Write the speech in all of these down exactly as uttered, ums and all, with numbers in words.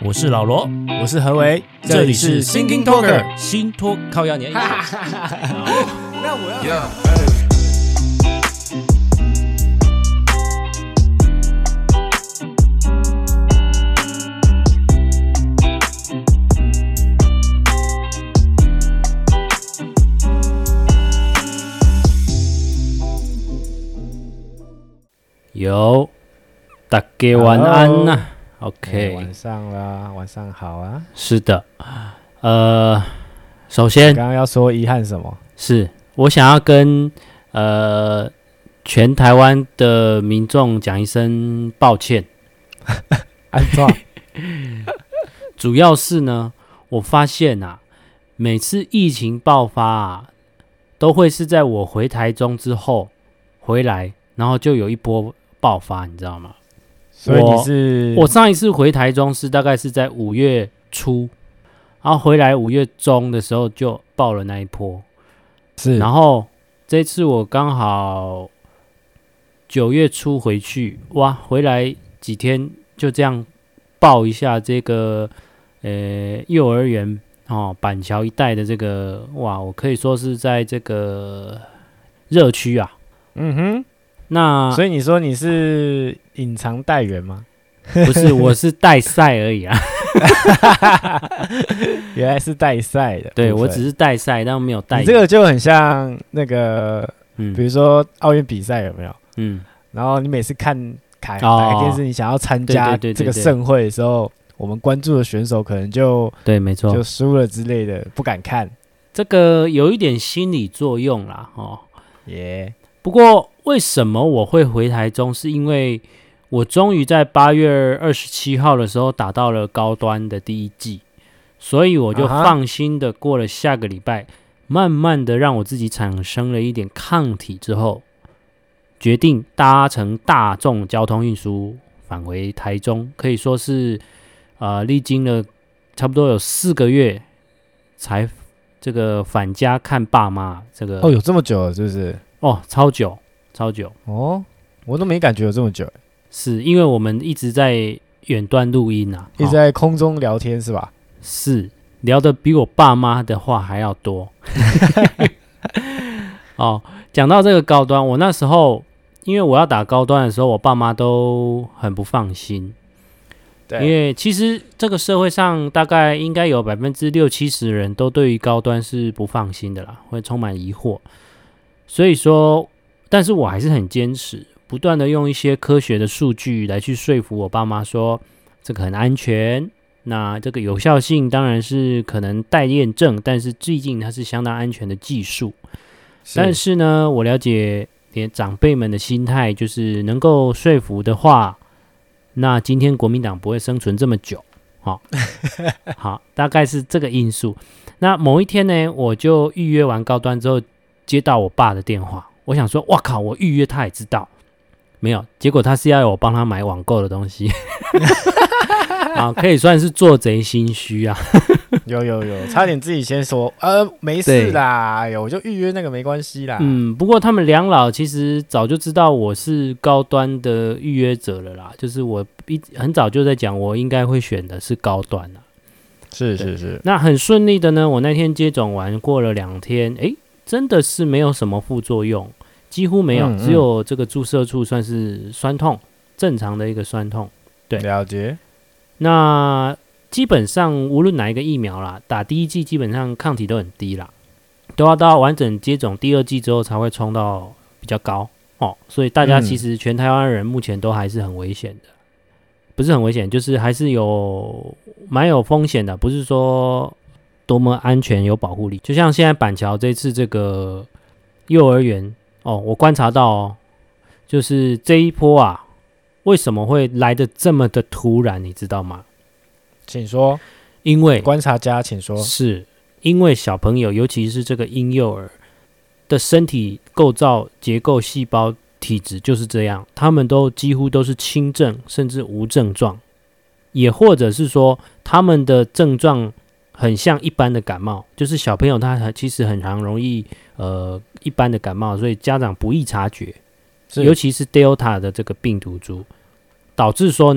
我是老罗， 我是何为， 这里是 Thinking Talker 新托靠压年。 那我要、yeah. 有，大家晚安呐、啊。OK， 晚上啦，晚上好啊。 是的，呃，首先刚刚要说遗憾什么？ 是我想要跟呃全台湾的民众讲一声抱歉。 安怎？ 主要是呢，我发现啊，每次疫情爆发啊，都会是在我回台中之后回来，然后就有一波爆发，你知道吗？ 所以你是我, 我上一次回台中是大概是在五月初，然后回来五月中的时候就爆了那一波， 是， 然后这次我刚好九月初回去，哇，回来几天就这样爆一下这个呃幼儿园哦板桥一带的这个，哇，我可以说是在这个热区啊， 嗯哼。 那所以你说你是隐藏带源吗？ 不是，我是带赛而已啊。 原来是带赛的， 对，我只是带赛，但没有带。 你这个就很像那个， 嗯、 比如说奥运比赛有没有？ 嗯， 然后你每次看台哦台电视，你想要参加这个盛会的时候，我们关注的选手可能就对，没错， 就输了之类的，不敢看。 这个有一点心理作用啦，哦， 耶、yeah 。 不过为什么我会回台中？是因为我终于在八月二十七号的时候打到了高端的第一剂，所以我就放心的过了下个礼拜， uh-huh. 慢慢的让我自己产生了一点抗体之后，决定搭乘大众交通运输返回台中，可以说是呃历经了差不多有四个月才这个返家看爸妈。这个哦，有这么久了是不是？ 哦，超久，超久哦，我都没感觉有这么久。 是因为我们一直在远端录音啊， 一直在空中聊天是吧？ 是聊得比我爸妈的话还要多。哦，讲到这个高端，我那时候因为我要打高端的时候，我爸妈都很不放心。对，因为其实这个社会上大概应该有百分之六七十人都对于高端是不放心的啦，会充满疑惑。所以说，但是我还是很坚持，不断的用一些科学的数据来去说服我爸妈说这个很安全。那这个有效性当然是可能待验证，但是最近它是相当安全的技术。是，但是呢，我了解连长辈们的心态，就是能够说服的话，那今天国民党不会生存这么久。好，好，大概是这个因素。那某一天呢，我就预约完高端之后，接到我爸的电话，我想说，哇靠，我预约他也知道，没有，结果他是要我帮他买网购的东西，啊，可以算是做贼心虚啊。 有有有，差点自己先说，呃，没事啦，哎呦，我就预约那个没关系啦。 嗯，不过他们两老其实早就知道我是高端的预约者了啦，就是我一很早就在讲，我应该会选的是高端啦。 是是是， 那很顺利的呢，我那天接种完，过了两天，哎。真的是没有什么副作用，几乎没有，嗯嗯，只有这个注射处算是酸痛，正常的一个酸痛。对， 了解。 那基本上无论哪一个疫苗啦，打第一剂基本上抗体都很低啦，都要到完整接种第二剂之后才会冲到比较高哦。所以大家其实全台湾人目前都还是很危险的，不是很危险，就是还是有蛮有风险的，不是说多么安全有保护力。就像现在板桥这次这个幼儿园哦，我观察到哦，就是这一波啊，为什么会来得这么的突然，你知道吗？ 请说。 因为观察家请说。 是因为小朋友，尤其是这个婴幼儿的身体构造、结构、细胞、体质就是这样，他们都几乎都是轻症甚至无症状，也或者是说他们的症状很像一般的感冒，就是小朋友他其实很常容易呃一般的感冒，所以家长不易察觉，尤其是 Delta 的这个病毒株，导致说呢，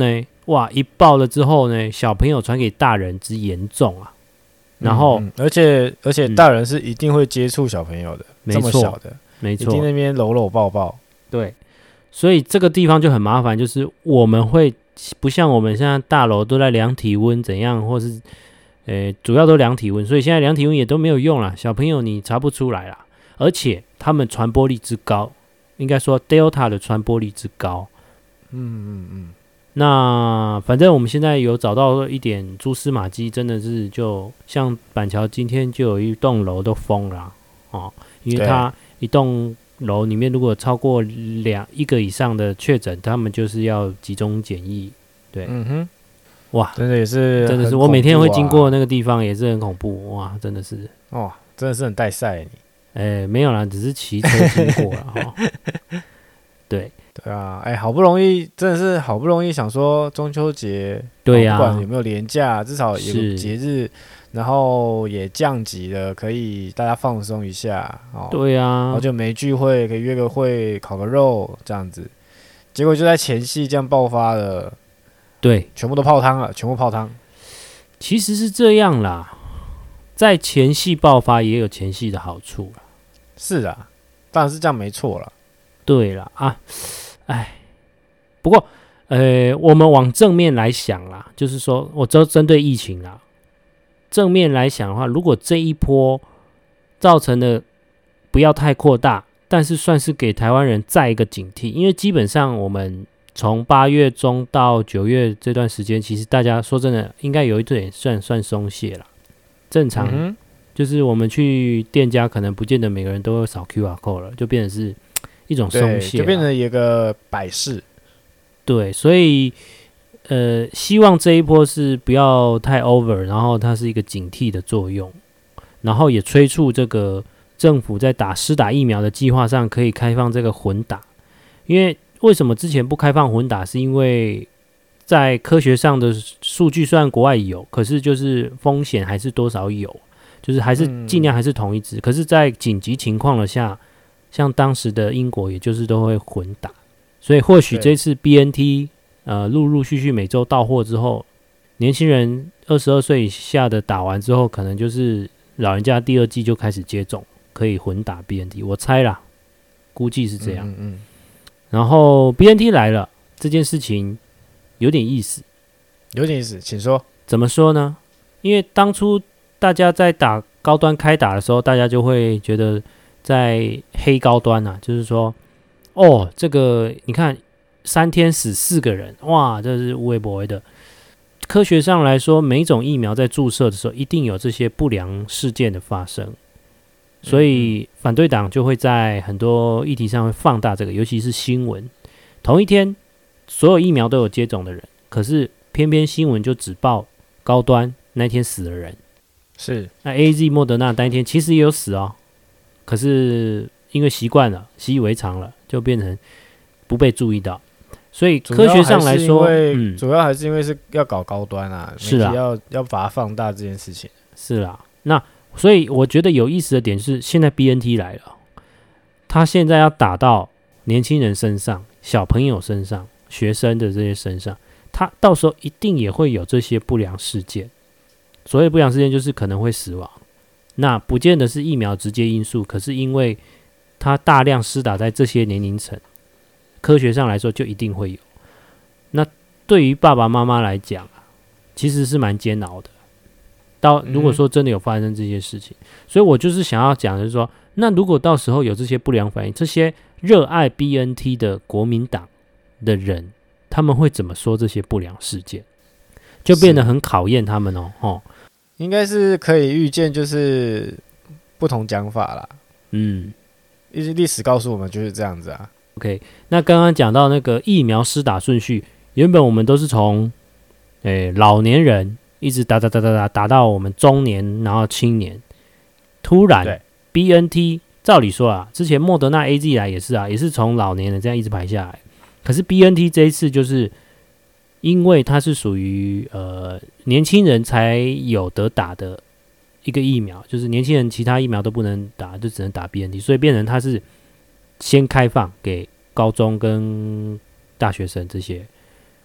哇，一报了之后呢，小朋友传给大人之严重啊。然后， 嗯嗯、而且而且大人是一定会接触小朋友的，嗯、这么小的， 没错， 一定那边搂搂抱抱。 对，所以这个地方就很麻烦，就是我们会不像我们现在大楼都在量体温怎样，或是呃主要都量体温，所以现在量体温也都没有用啦，小朋友你查不出来啦，而且他们传播力之高，应该说 Delta 的传播力之高。 嗯嗯嗯。 那反正我们现在有找到一点蛛丝马迹，真的是就像板桥今天就有一栋楼都封了哦，因为它一栋楼里面如果超过两一个以上的确诊，他们就是要集中检疫。对， 嗯哼， 哇， 真的也是、啊， 真的是，我每天会经过那个地方，也是很恐怖哇，真的是， 哇，真的是很带赛你。 哎，没有啦，只是骑车经过了哈。对。 对啊，哎，好不容易，真的是好不容易想说中秋节， 对呀、啊， 不管有没有连假，至少有个节日，然后也降级了，可以大家放松一下哦。 对呀、啊， 然后就没聚会，可以约个会，烤个肉这样子。结果就在前夕这样爆发了， 对， 全部都泡汤了，全部泡汤。 其实是这样啦，在前夕爆发也有前夕的好处啦。 是啊，当然是这样没错啦。 对啦啊。哎，不过，呃，我们往正面来想啦，就是说，我只针对疫情啦，正面来想的话，如果这一波造成的不要太扩大，但是算是给台湾人再一个警惕，因为基本上我们从八月中到九月这段时间，其实大家说真的，应该有一点算算松懈了。正常、嗯、就是我们去店家，可能不见得每个人都会扫 Q R code 了，就变成是。一种松懈， 就变成一个摆饰。 对，所以呃，希望这一波是不要太 over， 然后它是一个警惕的作用，然后也催促这个政府在打施打疫苗的计划上可以开放这个混打。因为为什么之前不开放混打？是因为在科学上的数据虽然国外有，可是就是风险还是多少有，就是还是尽量还是同一支、嗯。可是，在紧急情况的下。像当时的英国，也就是都会混打，所以或许这次 B N T 呃陆陆续续每周到货之后，年轻人二十二岁以下的打完之后，可能就是老人家第二季就开始接种，可以混打 B N T， 我猜啦，估计是这样。嗯 嗯, 嗯。然后 B N T 来了，这件事情有点意思， 有点意思，请说。 怎么说呢？因为当初大家在打高端开打的时候，大家就会觉得。在黑高端啊，就是说，哦，这个你看三天死四个人，哇，这是无微不微的。科学上来说，每一种疫苗在注射的时候，一定有这些不良事件的发生，所以反对党就会在很多议题上会放大这个，尤其是新闻。同一天，所有疫苗都有接种的人，可是偏偏新闻就只报高端那天死的人， 是那 A Z 莫德纳那一天其实也有死哦。可是因为习惯了，习以为常了，就变成不被注意到。所以科学上来说， 嗯，主要还是因为是要搞高端啊， 是啊， 要要把它放大这件事情。 是啦，那所以我觉得有意思的点是，现在 B N T 来了，他现在要打到年轻人身上、小朋友身上、学生的这些身上，他到时候一定也会有这些不良事件。所谓不良事件，就是可能会死亡。那不见得是疫苗直接因素，可是因为它大量施打在这些年龄层，科学上来说就一定会有。那对于爸爸妈妈来讲啊，其实是蛮煎熬的。到如果说真的有发生这些事情，嗯、所以我就是想要讲的是说，那如果到时候有这些不良反应，这些热爱 B N T 的国民党的人，他们会怎么说这些不良事件？就变得很考验他们哦，哦。 应该是可以预见，就是不同讲法啦。嗯，历史告诉我们就是这样子啊。 OK， 那刚刚讲到那个疫苗施打顺序，原本我们都是从诶老年人一直打打打打打打到我们中年，然后青年。突然 B N T 照理说啊，之前莫德纳 A Z 来也是啊，也是从老年人这样一直排下来。可是 B N T 这一次就是。因为它是属于呃年轻人才有得打的一个疫苗，就是年轻人其他疫苗都不能打，就只能打 B N T， 所以变成它是先开放给高中跟大学生这些。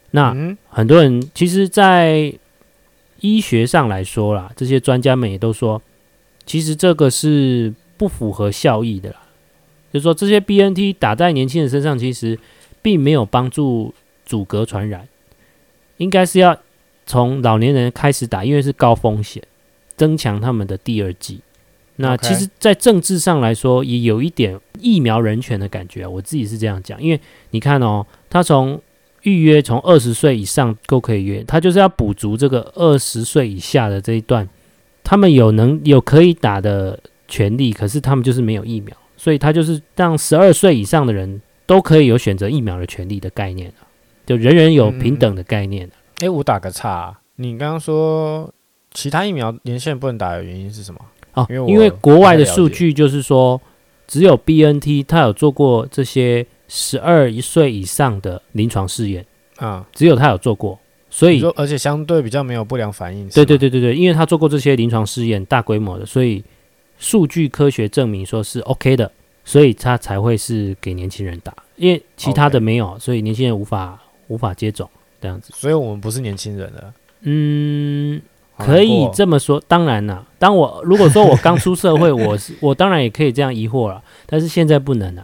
那、嗯、很多人其实在医学上来说啦，这些专家们也都说，其实这个是不符合效益的啦。就是说这些 B N T 打在年轻人身上，其实并没有帮助阻隔传染，应该是要从老年人开始打，因为是高风险，增强他们的第二剂。那其实在政治上来说也有一点疫苗人权的感觉、啊、我自己是这样讲，因为你看哦，他从预约从二十岁以上都可以约，他就是要补足这个二十岁以下的这一段，他们有能有可以打的权利，可是他们就是没有疫苗，所以他就是让十二岁以上的人都可以有选择疫苗的权利的概念、啊、就人人有平等的概念、啊。 哎、嗯欸，我打个岔、啊，你刚刚说其他疫苗年轻人不能打的原因是什么？ 哦，因为因为国外的数据就是说，只有 B N T 它有做过这些十二岁以上的临床试验啊、嗯，只有它有做过，所以而且相对比较没有不良反应。 对对对对对，因为它做过这些临床试验，大规模的，所以数据科学证明说是 OK 的，所以它才会是给年轻人打，因为其他的没有， okay. 所以年轻人无法无法接种这样子。 所以我们不是年轻人了。 嗯。可以这么说，当然啦。当我如果说我刚出社会，我是我当然也可以这样疑惑了，但是现在不能了。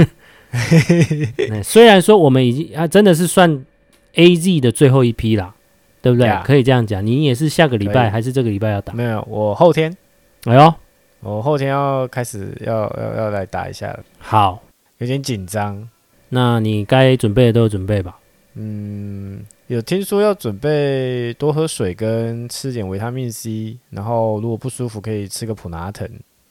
虽然说我们已经啊，真的是算 A Z 的最后一批啦，对不对？ Yeah. 可以这样讲。你也是下个礼拜还是这个礼拜要打？ 没有，我后天。 哎呦， 我后天要开始要要要来打一下了。 好， 有点紧张。 那你该准备的都有准备吧？ 嗯。有听说要准备多喝水跟吃点维他命 C， 然后如果不舒服可以吃个普拿疼。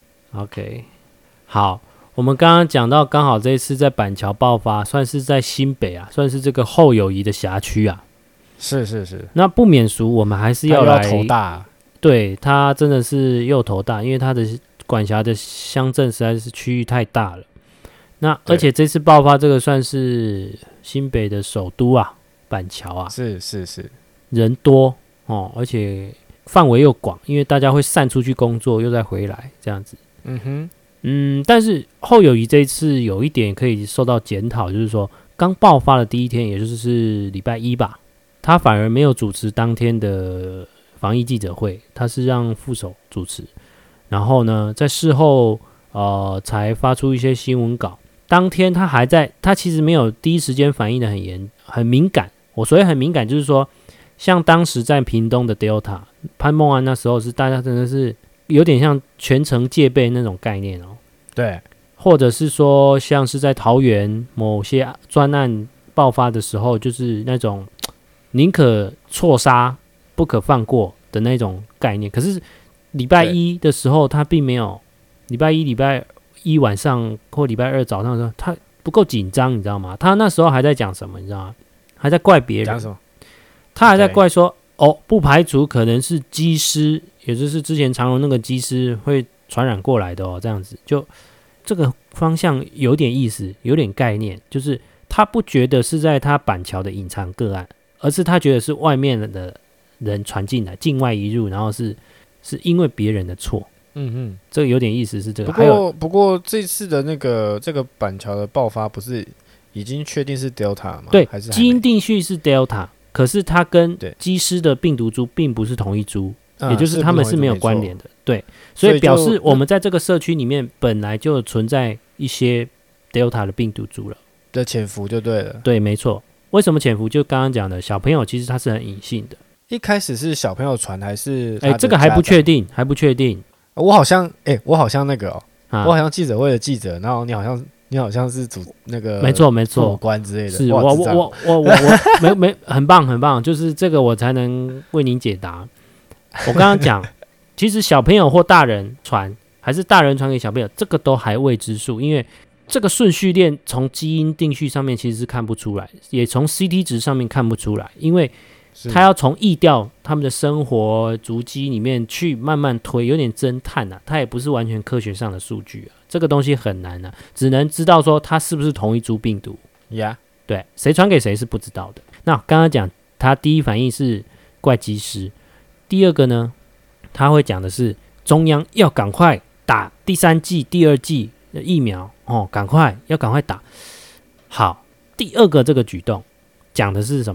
OK， 好，我们刚刚讲到，刚好这一次在板桥爆发，算是在新北啊，算是这个后友谊的辖区啊。 是是是。 那不免俗，我们还是要来。 他头大。 对，他真的是又头大，因为他的管辖的乡镇实在是区域太大了。那而且这次爆发这个算是新北的首都啊。板桥啊， 是是是， 人多哦，而且范围又广，因为大家会散出去工作，又再回来这样子。 嗯哼， 嗯，但是后友谊这一次有一点可以受到检讨，就是说刚爆发的第一天，也就是礼拜一吧，他反而没有主持当天的防疫记者会，他是让副手主持，然后呢，在事后呃才发出一些新闻稿。当天他还在，他其实没有第一时间反应的很严很敏感。我所谓很敏感，就是说，像当时在屏东的 Delta 潘孟安那时候是大家真的是有点像全程戒备那种概念哦。 对， 或者是说像是在桃园某些专案爆发的时候，就是那种宁可错杀不可放过的那种概念。可是礼拜一的时候，他并没有，礼拜一、礼拜一晚上或礼拜二早上的时候，他不够紧张，你知道吗？他那时候还在讲什么，你知道吗？还在怪别人， 讲什么？ 他还在怪说， okay. 哦，不排除可能是机师，也就是之前长荣那个机师会传染过来的哦。这样子，就这个方向有点意思，有点概念，就是他不觉得是在他板桥的隐藏个案，而是他觉得是外面的人传进来，境外移入，然后是是因为别人的错。嗯嗯，这个有点意思，是这个。 不过不过这次的那个这个板桥的爆发不是已经确定是 Delta 吗？ 对， 还是基因定序是 Delta， 可是它跟机师的病毒株并不是同一株，也就是他们是没有关联的。对，所以表示我们在这个社区里面本来就存在一些 Delta 的病毒株了的潜伏就对了。 对，没错。为什么潜伏？就刚刚讲的，小朋友其实他是很隐性的。 一开始是小朋友传还是？ 哎，这个还不确定，还不确定。 我好像，哎、欸，我好像那个哦，啊、我好像记者会的记者，然后你好像。你好像是主那个没错没错官之类的， 是我我我我我我没没很棒很棒，就是这个我才能为您解答。我刚刚讲，其实小朋友或大人传，还是大人传给小朋友，这个都还未知数，因为这个顺序链从基因定序上面其实是看不出来，也从 C T 值上面看不出来，因为他要从疫调他们的生活足迹里面去慢慢推，有点侦探啊，它也不是完全科学上的数据啊。这个东西很难啊，只能知道说它是不是同一株病毒呀？ Yeah. 对，谁传给谁是不知道的。那刚刚讲他第一反应是怪机师，第二个呢，他会讲的是中央要赶快打第三剂、第二剂的疫苗哦，赶快要赶快打。好，第二个这个举动讲的是什么？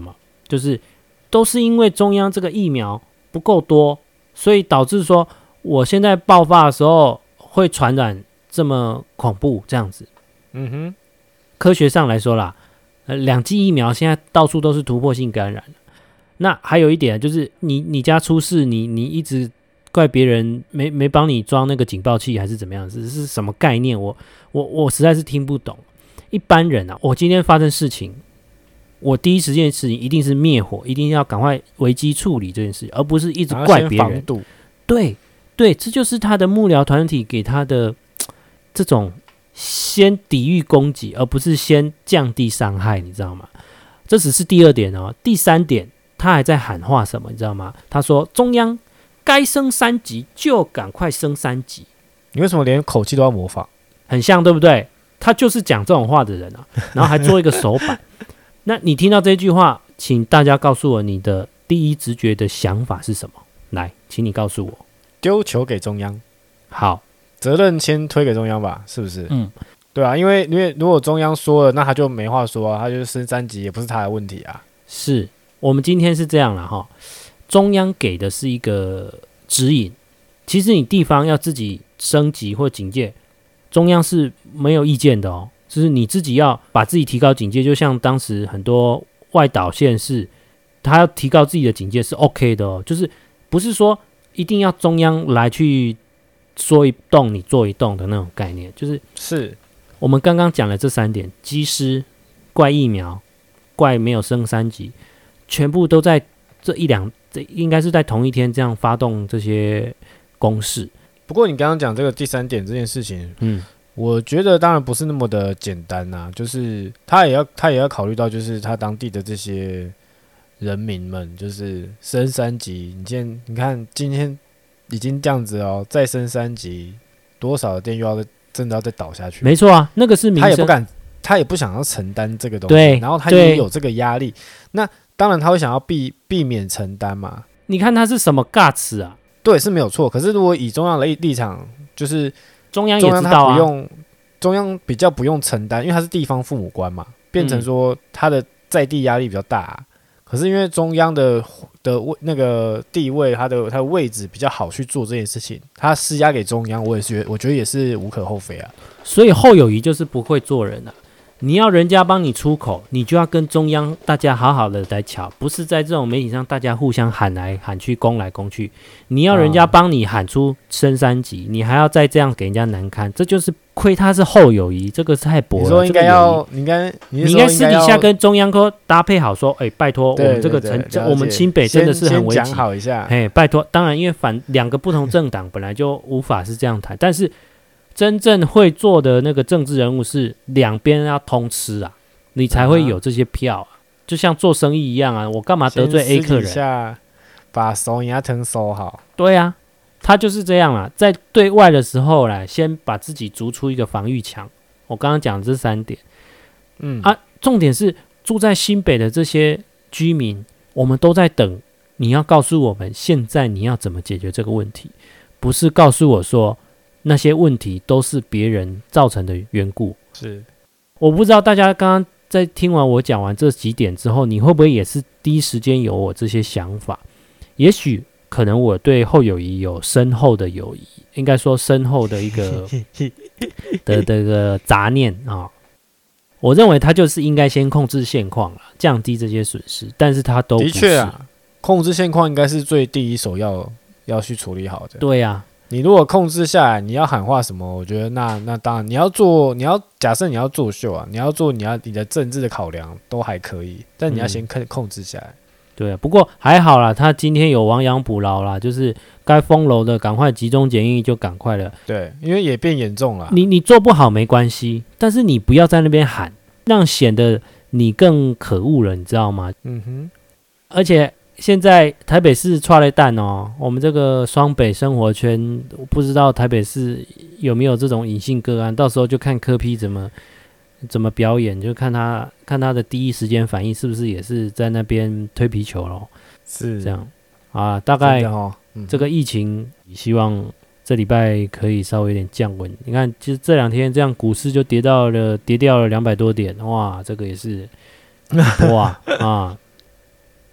就是都是因为中央这个疫苗不够多，所以导致说我现在爆发的时候会传染这么恐怖这样子。 嗯哼， 科学上来说啦，呃，两剂疫苗现在到处都是突破性感染。那还有一点就是你你家出事，你你一直怪别人没没帮你装那个警报器还是怎么样，是是什么概念？我我我实在是听不懂。一般人啊，我今天发生事情，我第一时间事情一定是灭火，一定要赶快危机处理这件事，而不是一直怪别人。对对，这就是他的幕僚团体给他的这种先抵御攻击，而不是先降低伤害，你知道吗？这只是第二点哦。第三点，他还在喊话什么，你知道吗？他说中央该升三级就赶快升三级。 你为什么连口气都要模仿？ 很像，对不对？他就是讲这种话的人啊，然后还做一个手板。那你听到这句话，请大家告诉我你的第一直觉的想法是什么？来，请你告诉我。 丢球给中央。 好， 责任先推给中央吧，是不是？ 嗯， 对啊，因为因为如果中央说了，那他就没话说啊，他就是升三级也不是他的问题啊。 是我们今天是这样啦哈，中央给的是一个指引，其实你地方要自己升级或警戒，中央是没有意见的哦，就是你自己要把自己提高警戒，就像当时很多外岛县市，他要提高自己的警戒是 OK 的哦，就是不是说一定要中央来去说一动你做一动的那种概念，就是是我们刚刚讲了这三点，机师、怪疫苗、怪没有升三级，全部都在这一两，这应该是在同一天这样发动这些攻势。 不过你刚刚讲这个第三点这件事情， 嗯， 我觉得当然不是那么的简单呐、啊，就是他也要他也要考虑到，就是他当地的这些人民们，就是升三级，你今天你看今天已经这样子哦，再升三级，多少的店又要真的要再倒下去？ 没错啊，那个是民生， 他也不敢，他也不想要承担这个东西， 对， 然后他也有这个压力，那当然他会想要避避免承担嘛。 你看他是什么 guts 啊？ 对，是没有错。可是如果以中央的立场，就是中央也知道啊， 不用中央比较不用承担，因为他是地方父母官嘛，变成说他的在地压力比较大、啊嗯。可是因为中央的的那个地位，他的他的位置比较好去做这件事情，他施压给中央，我也是我觉得也是无可厚非啊。 所以侯友宜就是不会做人啊。你要人家帮你出口，你就要跟中央大家好好的来瞧，不是在这种媒体上大家互相喊来喊去、攻来攻去。你要人家帮你喊出升三级、嗯，你还要再这样给人家难堪，这就是亏他是侯友宜，这个太薄了。 你说应该要，这个、你应该你应该私底下跟中央科搭配好说，哎、欸，拜托我们这个城，我们新北真的是很危急， 讲好一下。 哎，拜托，当然因为反两个不同政党本来就无法是这样谈，但是。真正会做的那个政治人物是两边要通吃啊，你才会有这些票啊。就像做生意一样啊，我干嘛得罪 A 客人？ 私底下把手牙疼收好。 对啊，他就是这样啊，在对外的时候啦，先把自己筑出一个防御墙。我刚刚讲这三点，嗯啊，重点是住在新北的这些居民，我们都在等你要告诉我们，现在你要怎么解决这个问题，不是告诉我说。那些问题都是别人造成的缘故。 是， 我不知道大家刚刚在听完我讲完这几点之后，你会不会也是第一时间有我这些想法？也许可能我对侯友宜有深厚的友谊，应该说深厚的一个的这个杂念啊、哦。我认为他就是应该先控制现况了，降低这些损失，但是他都不是。的确啊， 控制现况应该是最第一首要要去处理好的。 对啊。 你如果控制下来，你要喊话什么？我觉得那那当然，你要做，你要假设你要作秀啊，你要做，你要你的政治的考量都还可以，但你要先控控制下来。嗯、 对、啊，不过还好啦，他今天有亡羊补牢啦，就是该封楼的赶快集中检疫就赶快了。 对，因为也变严重了。 你你做不好没关系，但是你不要在那边喊，让显得你更可恶了，你知道吗？嗯哼，而且。现在台北市剉咧蛋哦，我们这个双北生活圈，不知道台北市有没有这种隐性个案，到时候就看柯 P 怎么怎么表演，就看他看他的第一时间反应是不是也是在那边推皮球咯。是这样啊，大概、哦嗯、这个疫情，希望这礼拜可以稍微有点降温。你看，其实这两天这样股市就跌到了跌掉了两百多点，哇，这个也是哇啊。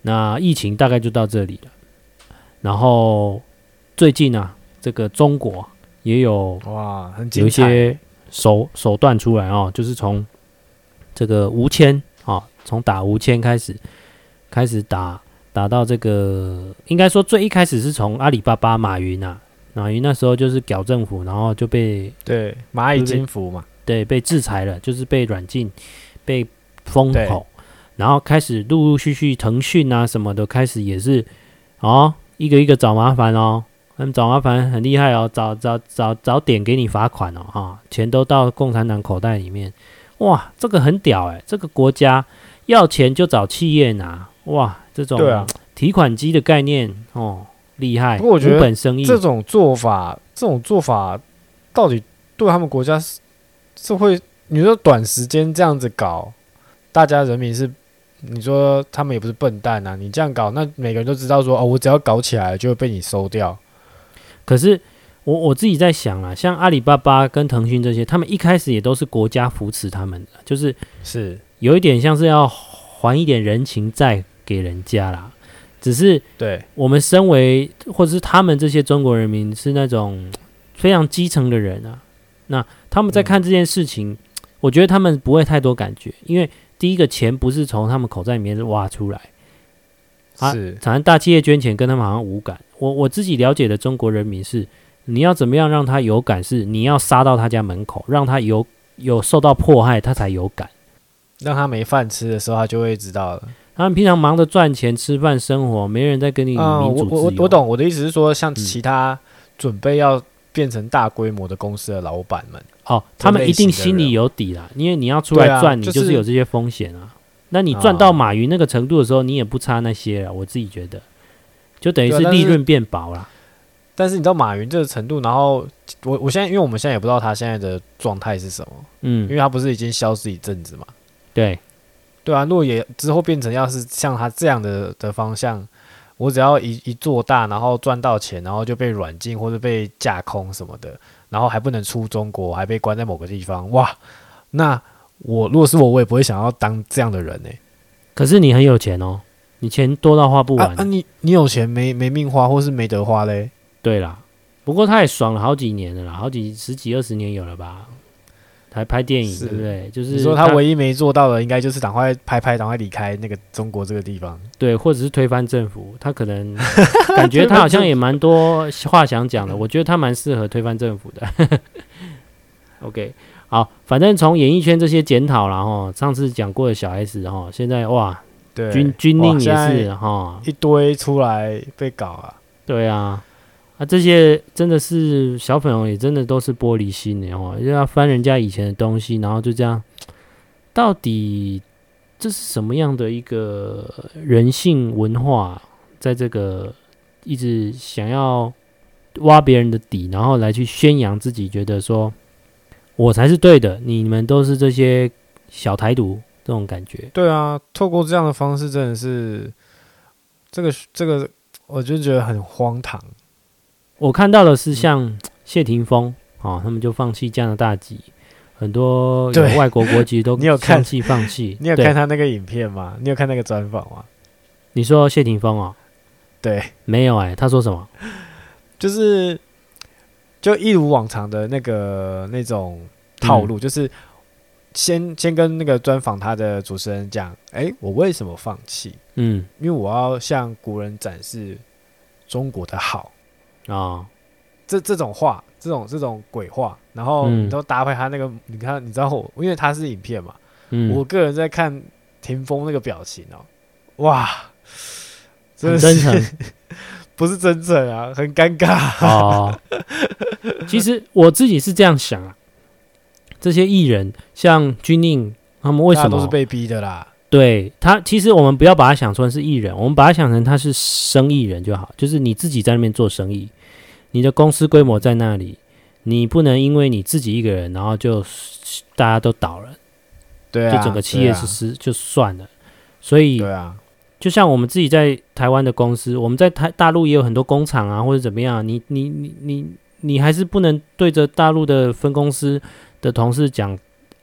那疫情大概就到这里了。然后最近啊，这个中国也有哇，很有一些手手段出来哦，就是从这个吴谦啊，从打吴谦开始，开始打打到这个，应该说最一开始是从阿里巴巴马云啊，马云那时候就是屌政府，然后就被对蚂蚁金服嘛， 对，被制裁了，就是被软禁，被封口，然后开始陆陆续续腾讯啊什么的开始也是哦。一个一个找麻烦哦，他们找麻烦很厉害哦，找找找找点给你罚款哦，哈，钱都到共产党口袋里面，哇，这个很屌哎、欸，这个国家要钱就找企业拿，哇，这种提款机的概念哦，厉害， 不过我觉得无本生意这种做法，这种做法到底对他们国家是是会，你说短时间这样子搞，大家人民是。你说他们也不是笨蛋啊，你这样搞，那每个人都知道说，哦，我只要搞起来就会被你收掉。 可是我我自己在想啦，像阿里巴巴跟腾讯这些，他们一开始也都是国家扶持他们的，就是是有一点像是要还一点人情债给人家啦。只是对我们身为或者是他们这些中国人民是那种非常基层的人啊，那他们在看这件事情，嗯、我觉得他们不会太多感觉，因为。第一个钱不是从他们口袋里面挖出来，啊， 是， 反正大企业捐钱跟他们好像无感。我我自己了解的中国人民是，你要怎么样让他有感？是你要杀到他家门口，让他有有受到迫害，他才有感。 让他没饭吃的时候，他就会知道了。 他们平常忙着赚钱、吃饭、生活，没人在跟你民主自由。 嗯、我我我懂，我的意思是说，像其他准备要变成大规模的公司的老板们。 哦，他们一定心里有底啦，因为你要出来赚，啊、你就是有这些风险啊。那你赚到马云那个程度的时候，你也不差那些了。我自己觉得，就等于是利润变薄啦。 但是你知道马云这个程度，然后我我现在因为我们现在也不知道他现在的状态是什么，嗯，因为他不是已经消失一阵子嘛。 对， 对啊，如果也之后变成要是像他这样的的方向，我只要一一做大，然后赚到钱，然后就被软禁或者被架空什么的。然后还不能出中国，还被关在某个地方，哇！那我如果是我，我也不会想要当这样的人呢、欸。 可是你很有钱哦，你钱多到花不完。 啊，啊你你有钱没没命花，或是没得花嘞？ 对啦，不过他也爽了好几年了啦，好几十几二十年有了吧？还拍电影，对不对？就是你说他唯一没做到的，应该就是赶快拍拍，赶快离开那个中国这个地方。 对，或者是推翻政府。他可能感觉他好像也蛮多话想讲的，我觉得他蛮适合推翻政府的。OK， 好，反正从演艺圈这些检讨啦，哈，上次讲过的小 S 哈，现在哇， 对， 军军令也是哈， 一堆出来被搞啊。 对啊。啊，这些真的是小粉红，也真的都是玻璃心的哦，就要翻人家以前的东西，然后就这样，到底这是什么样的一个人性文化，在这个一直想要挖别人的底，然后来去宣扬自己，觉得说我才是对的，你们都是这些小台独这种感觉。 对啊，透过这样的方式，真的是这个这个，我就觉得很荒唐。 我看到的是像谢霆锋哦，他们就放弃加拿大籍，很多有外国国籍都放弃放弃。 你有看他那个影片吗？你有看那个专访吗？ 你说谢霆锋哦？ 对， 没有哎、欸，他说什么？ 就是就一如往常的那个那种套路，嗯、就是先先跟那个专访他的主持人讲，哎、欸，我为什么放弃？嗯，因为我要向国人展示中国的好。啊、哦，这这种话，这种这种鬼话，然后你都搭配他那个，嗯、你看，你知道我，因为他是影片嘛，嗯、我个人在看霆锋那个表情哦，哇，真的是很真诚， 不是真诚啊，很尴尬哦。其实我自己是这样想啊，这些艺人像军令，他们为什么都是被逼的啦？ 对他，其实我们不要把他想成是艺人，我们把他想成他是生意人就好，就是你自己在那边做生意，你的公司规模在那里，你不能因为你自己一个人，然后就大家都倒了， 对啊， 就整个企业是失、啊、就算了。所以， 对啊， 就像我们自己在台湾的公司，我们在台大陆也有很多工厂啊，或者怎么样，你你你你你还是不能对着大陆的分公司的同事讲。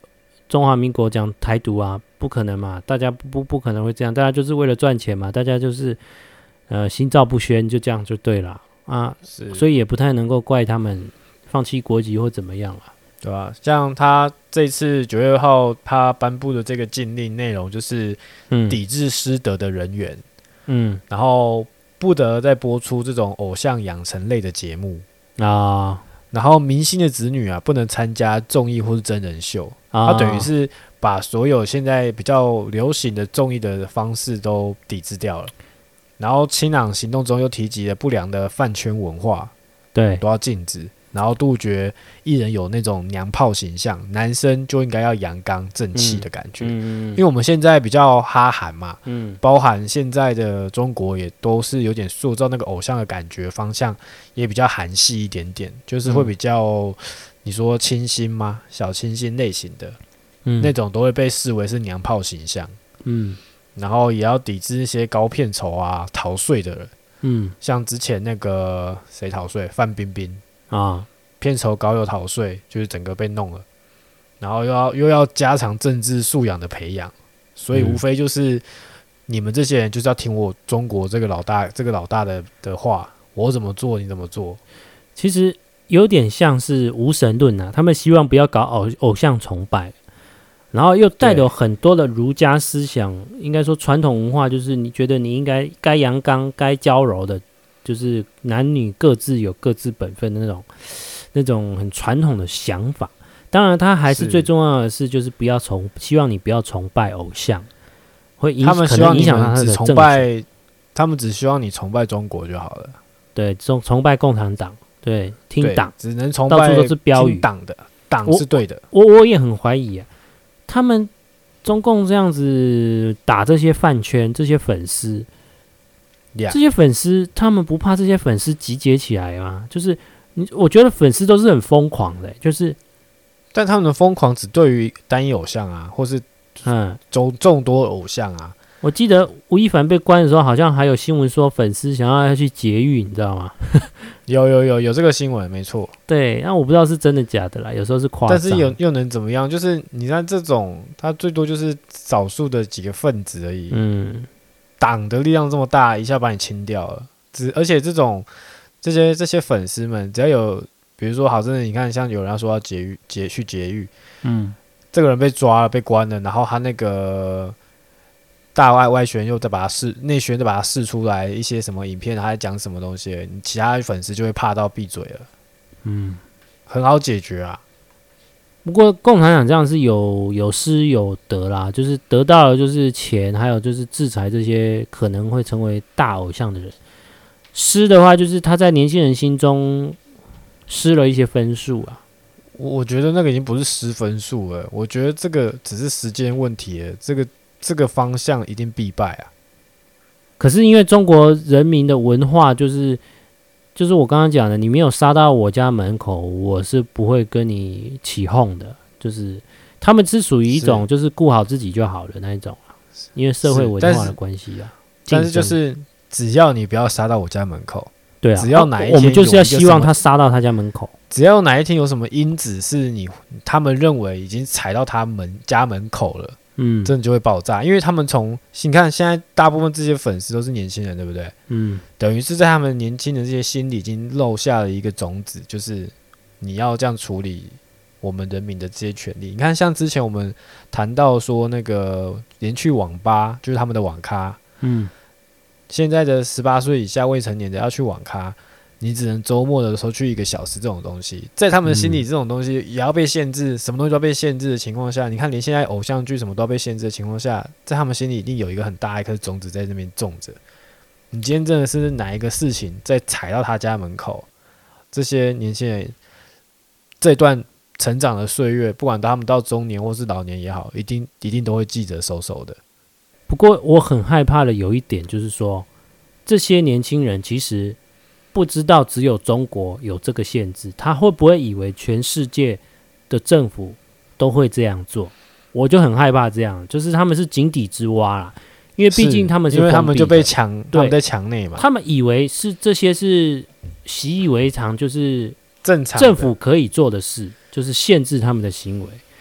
中华民国讲台独啊，不可能嘛，大家不不不可能会这样，大家就是为了赚钱嘛，大家就是呃心照不宣，就这样就对了啊，所以也不太能够怪他们放弃国籍或怎么样啊， 对吧？像他这次九月二号他颁布的这个禁令内容，就是抵制师德的人员，嗯，然后不得再播出这种偶像养成类的节目啊。然后明星的子女啊，不能参加综艺或是真人秀，他等于是把所有现在比较流行的综艺的方式都抵制掉了。然后清朗行动中又提及了不良的饭圈文化， 对， 都要禁止。然后杜绝艺人有那种娘炮形象，男生就应该要阳刚正气的感觉。嗯嗯、因为我们现在比较哈韩嘛，嗯，包含现在的中国也都是有点塑造那个偶像的感觉方向，也比较韩系一点点，就是会比较、嗯、你说清新吗？小清新类型的、嗯，那种都会被视为是娘炮形象。嗯，然后也要抵制一些高片酬啊、逃税的人。嗯，像之前那个谁逃税，范冰冰。啊，片酬高又逃税，就是整个被弄了，然后又要又要加强政治素养的培养，所以无非就是你们这些人就是要听我中国这个老大这个老大的的话，我怎么做你怎么做。 其实有点像是无神论啊，他们希望不要搞偶偶像崇拜，然后又带有很多的儒家思想，应该说传统文化，就是你觉得你应该该阳刚该娇柔的。就是男女各自有各自本分的那种那种很传统的想法。当然他还是最重要的是就是不要崇希望你不要崇拜偶像，会影他们希望你们只崇拜他们只希望你崇拜中国就好了。 对，崇崇拜共产党，对，听党， 只能崇拜到处都是标语， 党的党是对的。 我我也很怀疑啊，他们中共这样子打这些饭圈这些粉丝。Yeah. 这些粉丝，他们不怕这些粉丝集结起来吗？就是你，我觉得粉丝都是很疯狂的、欸，就是， 但他们的疯狂只对于单一偶像啊，或是嗯众众多偶像啊。 我记得吴亦凡被关的时候，好像还有新闻说粉丝想要要去劫狱，你知道吗？ 有有有有这个新闻，没错。 对，那我不知道是真的假的啦，有时候是夸张。 但是有又能怎么样？就是你看这种，他最多就是少数的几个分子而已。嗯。党的力量这么大，一下把你清掉了。只而且这种这些这些粉丝们，只要有比如说好，真的你看，像有人要说要劫狱劫去劫狱，嗯，这个人被抓了被关了，然后他那个大外外宣又再把他释内宣再把他释出来一些什么影片，他在讲什么东西，你其他粉丝就会怕到闭嘴了。嗯，很好解决啊。 不过共产党这样是有有失有得啦，就是得到的就是钱，还有就是制裁这些可能会成为大偶像的人。失的话就是他在年轻人心中失了一些分数啊。 我觉得那个已经不是失分数了，我觉得这个只是时间问题了，这个这个方向一定必败啊。 可是因为中国人民的文化就是。就是我刚刚讲的，你没有杀到我家门口，我是不会跟你起哄的。就是他们是属于一种，就是顾好自己就好了那一种啊，因为社会文化的关系啊。 但是就是只要你不要杀到我家门口， 对啊， 只要哪一天我们就是要希望他杀到他家门口。 只要哪一天有什么因子是你他们认为已经踩到他们家门口了。嗯，真的就会爆炸，因为他们从你看现在大部分这些粉丝都是年轻人，对不对？嗯，等于是在他们年轻的这些心里已经漏下了一个种子，就是你要这样处理我们人民的这些权利。你看，像之前我们谈到说那个连去网吧，就是他们的网咖，嗯，现在的十八岁以下未成年的要去网咖。你只能周末的时候去一个小时，这种东西在他们的心里，这种东西也要被限制，什么东西都要被限制的情况下，你看连现在偶像剧什么都要被限制的情况下，在他们心里一定有一个很大一颗种子在那边种着。你今天真的是哪一个事情在踩到他家门口，这些年轻人这段成长的岁月，不管他们到中年或是老年也好，一定一定都会记得熟熟的。 不过我很害怕的有一点就是说，这些年轻人其实。不知道只有中国有这个限制，他会不会以为全世界的政府都会这样做？我就很害怕这样，就是他们是井底之蛙啦，因为毕竟他们是因为他们就被强，他们在墙内嘛， 他们以为是这些是习以为常，就是正常政府可以做的事，就是限制他们的行为。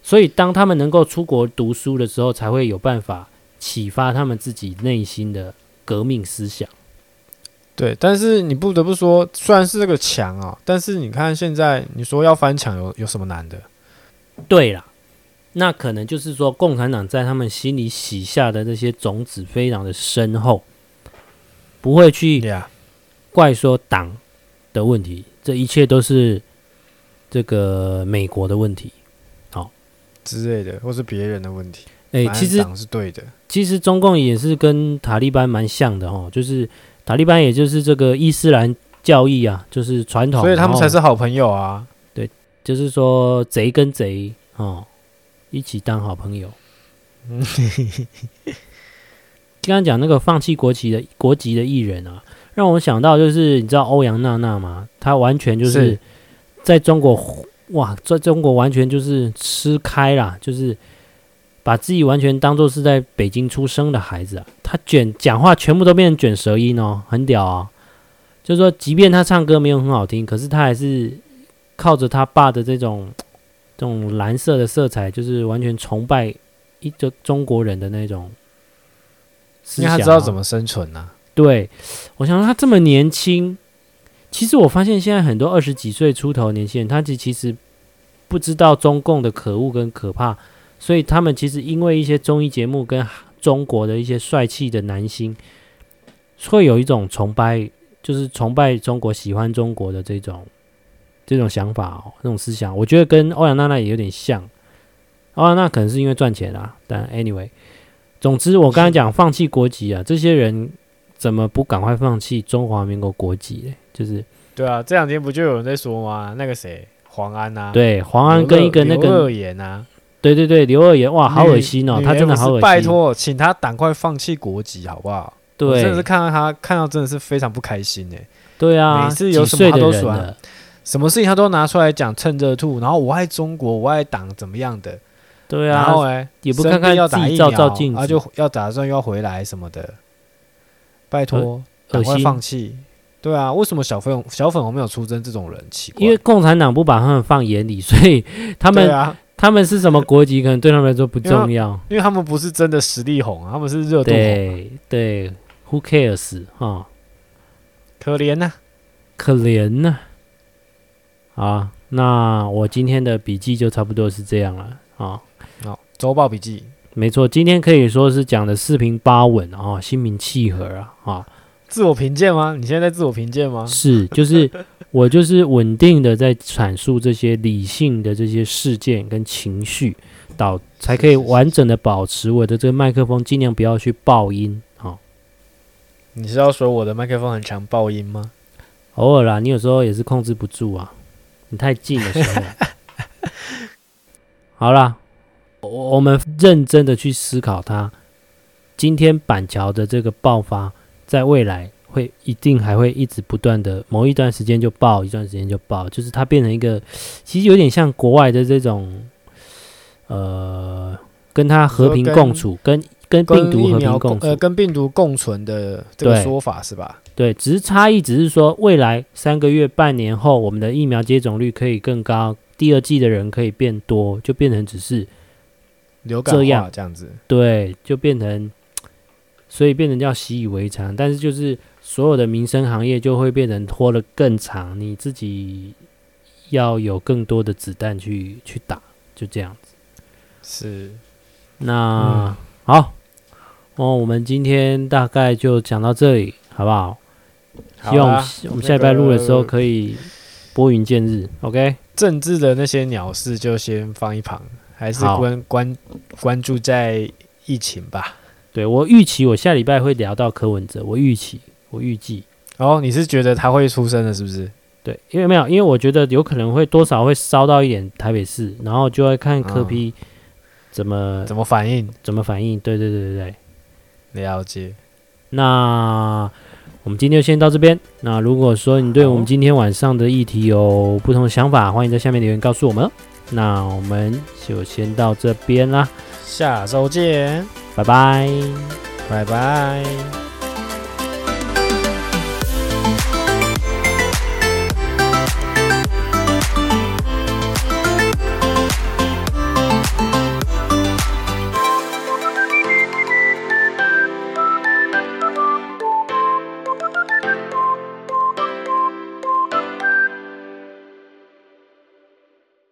所以当他们能够出国读书的时候，才会有办法启发他们自己内心的革命思想。 对，但是你不得不说，虽然是这个墙啊，但是你看现在你说要翻墙有有什么难的？ 对啦，那可能就是说共产党在他们心里洗下的这些种子非常的深厚，不会去怪说党的问题，这一切都是这个美国的问题，好、哦、 之类的，或是别人的问题。 哎、欸，其实党是对的。 其实中共也是跟塔利班蛮像的哦，就是塔利班也就是这个伊斯兰教义啊，就是传统， 所以他们才是好朋友啊。 对，就是说贼跟贼哦一起当好朋友。刚刚讲那个放弃国籍的国籍的艺人啊，让我想到就是你知道欧阳娜娜吗？她完全就是在中国哇，在中国完全就是吃开啦，就是把自己完全当作是在北京出生的孩子啊。他卷讲话全部都变成卷舌音哦，很屌啊！就是说，即便他唱歌没有很好听，可是他还是靠着他爸的这种这种蓝色的色彩，就是完全崇拜一个中国人的那种思想、啊。 因为他知道怎么生存啊。 对，我想说他这么年轻，其实我发现现在很多二十几岁出头的年轻人，他其实不知道中共的可恶跟可怕，所以他们其实因为一些综艺节目跟中国的一些帅气的男星，会有一种崇拜，就是崇拜中国、喜欢中国的这种这种想法哦，这种思想，我觉得跟欧阳娜娜也有点像。欧阳娜娜可能是因为赚钱啦，但 anyway， 总之我刚才讲放弃国籍啊，这些人怎么不赶快放弃中华民国国籍嘞？就是对啊，这两天不就有人在说吗？那个谁，黄安啊， 对，黄安跟一个那个刘二言啊。 对对对，刘二言，哇，好恶心哦！他真的好恶心。 拜托，请他赶快放弃国籍，好不好？ 对， 我真的是看到他，看到真的是非常不开心哎。 对啊， 每次有什么他都说，什么事情他都拿出来讲，趁热吐，然后我爱中国，我爱党，怎么样的？ 对啊， 然后哎， 也不看看要自己照照镜子， 然后就要打算又要回来什么的。拜托，赶快放弃。对啊，为什么小粉小粉红没有出征这种人？奇怪， 因为共产党不把他们放眼里，所以他们。啊他们是什么国籍，可能对他们来说不重要， 因为, 因为他们不是真的实力红，他们是热度红。 对对 ，Who cares 哈？ 可怜呐、啊， 可怜呐、啊！好，那我今天的笔记就差不多是这样了啊。 好，周报笔记， 没错，今天可以说是讲的四平八稳啊，心平气和啊啊。 自我评鉴吗？你现在在自我评鉴吗？ 是，就是我就是稳定的在阐述这些理性的这些事件跟情绪，导才可以完整的保持我的这个麦克风，尽量不要去爆音。哦， 你是要说我的麦克风很常爆音吗？ 偶尔啦，你有时候也是控制不住啊，你太近的时候。好啦，我们认真的去思考它，今天板桥的这个爆发。在未来会一定还会一直不断的，某一段时间就爆，一段时间就爆，就是它变成一个，其实有点像国外的这种，呃，跟它和平共处，跟跟病毒和平共处， 呃，跟病毒共存的这个说法是吧？ 对，只是差异，只是说未来三个月、半年后，我们的疫苗接种率可以更高，第二剂的人可以变多，就变成只是流感化这样子， 对，就变成。所以变成叫习以为常，但是就是所有的民生行业就会变成拖得更长，你自己要有更多的子弹去去打，就这样子。 是， 那、嗯、好哦，我们今天大概就讲到这里，好不好？希望我 们, 我们下礼拜录的时候可以拨云见日。OK， 政治的那些鸟事就先放一旁，还是关关关注在疫情吧。 对，我预期我下礼拜会聊到柯文哲，我预期，我预计。 哦，你是觉得他会出声的，是不是？ 对，因为没有，因为我觉得有可能会多少会烧到一点台北市，然后就会看柯 P 怎么、 嗯、怎么反应， 怎么反应。对对对对对，了解。 那我们今天就先到这边。那如果说你对我们今天晚上的议题有不同的想法，欢迎在下面留言告诉我们。那我们就先到这边啦， 下周见。 拜拜， 拜拜。